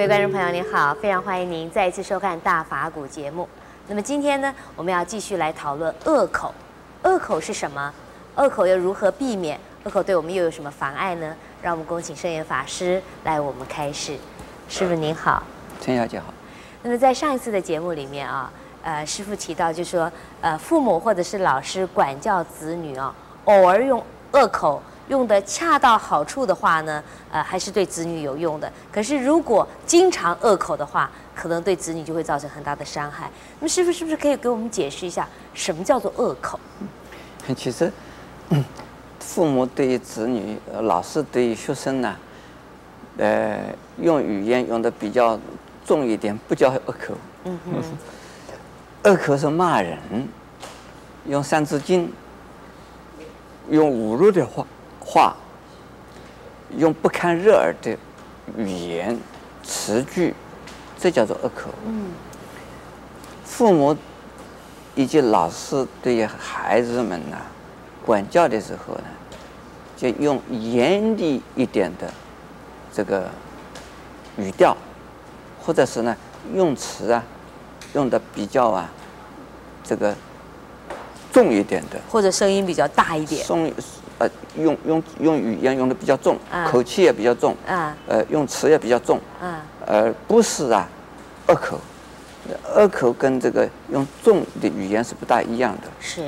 各位观众朋友，您好，非常欢迎您再一次收看《大法古》节目。那么今天呢，我们要继续来讨论恶口。恶口是什么？恶口又如何避免？恶口对我们又有什么妨碍呢？让我们恭请圣严法师来我们开示。师父您好， 陈小姐好。 那么在上一次的节目里面啊，师父提到就说，父母或者是老师管教子女啊，偶尔用恶口。用的恰到好处的话呢，还是对子女有用的。可是如果经常恶口的话，可能对子女就会造成很大的伤害。那么师父是不是可以给我们解释一下，什么叫做恶口？ 其实，父母对于子女，老师对于学生呢，用语言用的比较重一点，不叫恶口。恶口是骂人，用三字经，用侮辱的话，用不堪入耳的语言词句，这叫做恶口。父母以及老师对于孩子们呢，管教的时候呢，就用严厉一点的这个语调，或者是呢用词啊，用的比较这个重一点的， 或者声音比较大一点。 用语言用的比较重，口气也比较重，用词也比较重，不是恶口。恶口跟这个用重的语言是不大一样的。 是。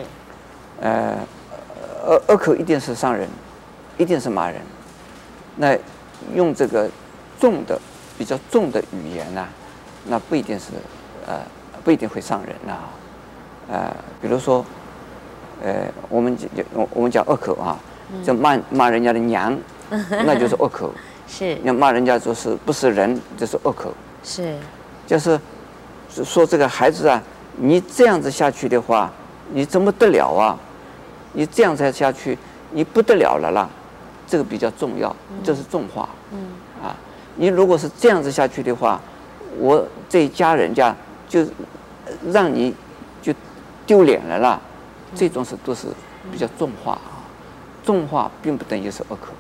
恶口一定是伤人，一定是骂人。那用这个比较重的语言呢，那不一定是不一定会伤人比如说。我们讲恶口啊，就骂人家的娘，那就是恶口。 是。 要骂人家就是不是人，就是恶口。 是。 就是说这个孩子啊，你这样子下去的话，你怎么得了啊？你这样再下去，你不得了了啦。这个比较重要，这是重话。你如果是这样子下去的话，我这一家人家就让你就丢脸了啦。这种都是比较重话重话并不等于是恶口。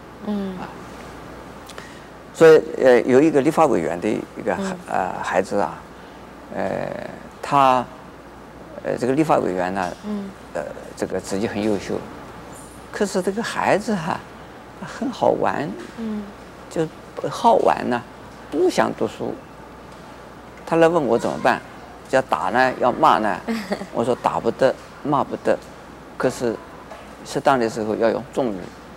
所以有一个立法委员的一个孩子啊，他这个立法委员呢，这个自己很优秀，可是这个孩子很好玩，就好玩呢，不想读书。他来问我怎么办，要打呢，要骂呢？我说打不得。骂不得，可是适当的时候要用重语。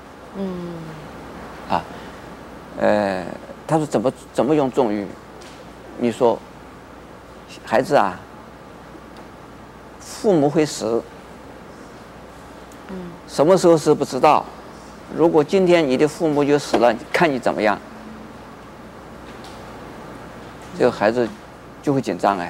他说怎么用重语？你说，孩子啊，父母会死，什么时候死不知道。如果今天你的父母就死了，看你怎么样？这个孩子就会紧张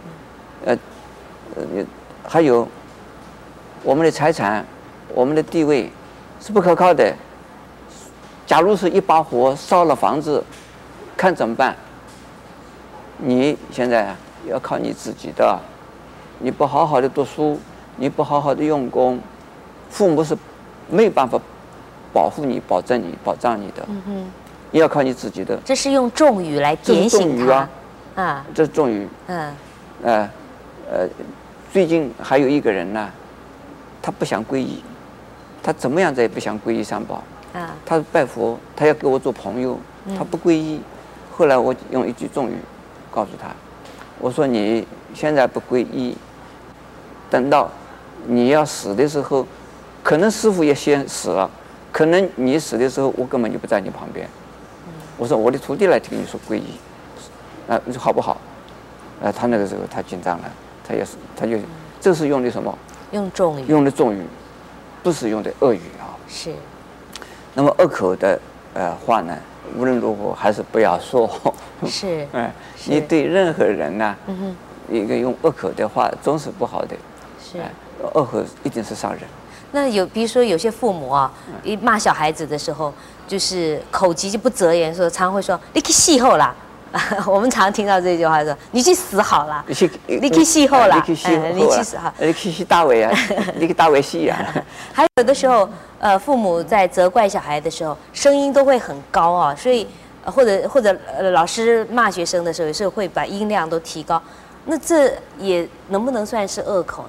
还有。我们的财产，我们的地位是不可靠的。假如是一把火烧了房子，看怎么办？你现在要靠你自己的，你不好好的读书，你不好好的用功，父母是没有办法保护你、保障你的。你要靠你自己的。 这是用重语来点醒他。 这是重语。最近还有一个人呢。他不想皈依，他怎么样也不想皈依三宝。他拜佛，他要跟我做朋友，他不皈依。后来我用一句重语告诉他，我说你现在不皈依，等到你要死的时候，可能师父也先死了，可能你死的时候我根本就不在你旁边。我说我的徒弟来听你说皈依，你说好不好？他那个时候他紧张了，他就这是用的什么？ 用重语， 用的重语，不是用的恶语是。 那么恶口的话呢，无论如何还是不要说。 是。 你对任何人呢，一个用恶口的话总是不好的。 是。 恶口一定是伤人。 那比如说有些父母一骂小孩子的时候，就是口急就不择言，说常会说你去死后啦。我们常听到这句话说：“你去死好了，你去死后了，你去死好， 你去死大伟啊，你去大伟死啊。” 还有的时候，父母在责怪小孩的时候，声音都会很高所以或者老师骂学生的时候，有时候会把音量都提高，那这也能不能算是恶口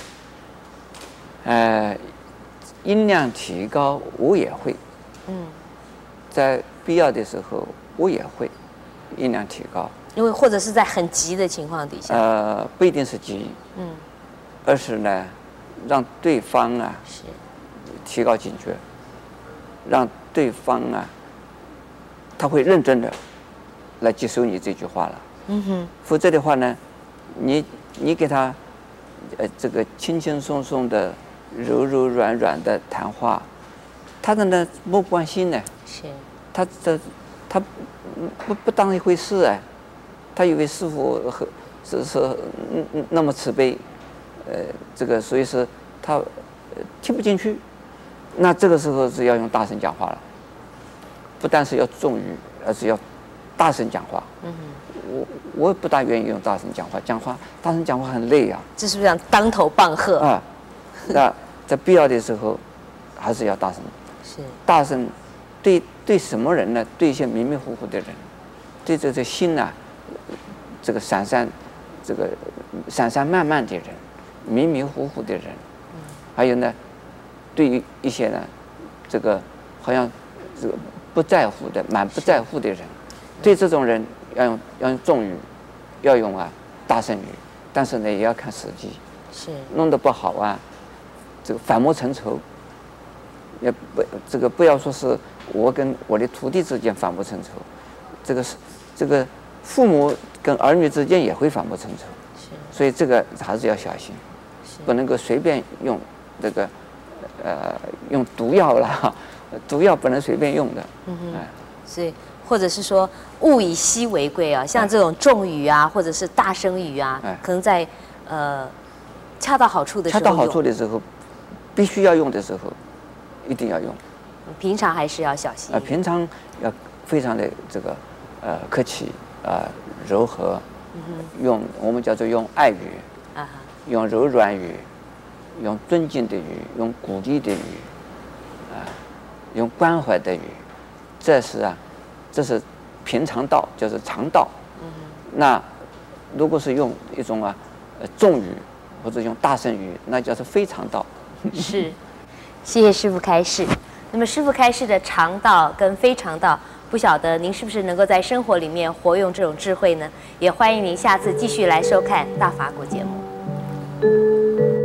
呢？音量提高我也会，在必要的时候我也会音量提高， 因为或者是在很急的情况底下， 不一定是急，而是呢，让对方啊提高警觉，让对方啊他会认真的来接受你这句话了，否则的话呢，你给他这个轻轻松松的柔柔软软的谈话，他的呢不关心呢，他不当一回事哎，他以为师父是那么慈悲，这个所以是他听不进去，那这个时候是要用大声讲话了，不但是要重语，而是要大声讲话。我不大愿意用大声讲话，大声讲话很累啊。 这是不是像当头棒喝啊？那在必要的时候，还是要大声。 是大声，对什么人呢？对一些迷迷糊糊的人，对这心啊，这个散散漫漫的人，迷迷糊糊的人，还有呢，对于一些呢，这个好像这个不在乎的、满不在乎的人，对这种人要用重语，要用大声语，但是呢也要看时机，弄得不好啊，这个反目成仇，也不要说是我跟我的徒弟之间反目成仇，这个父母跟儿女之间也会反目成仇，所以这个还是要小心，不能够随便用这个用毒药啦，毒药不能随便用的， 所以或者是说物以稀为贵啊，像这种重语啊，或者是大声语啊，可能在恰到好处的时候恰到好处的时候，必须要用的时候，一定要用。 平常还是要小心。 平常要非常的这个客气柔和，用我们叫做用爱语，用柔软语，用尊敬的语，用鼓励的语，用关怀的语，这是平常道，就是常道。那如果是用一种重语或者用大声语，那叫做非常道。 是，谢谢师父开示。那么师父开示的常道跟非常道，不晓得您是不是能够在生活里面活用这种智慧呢？也欢迎您下次继续来收看大法古节目。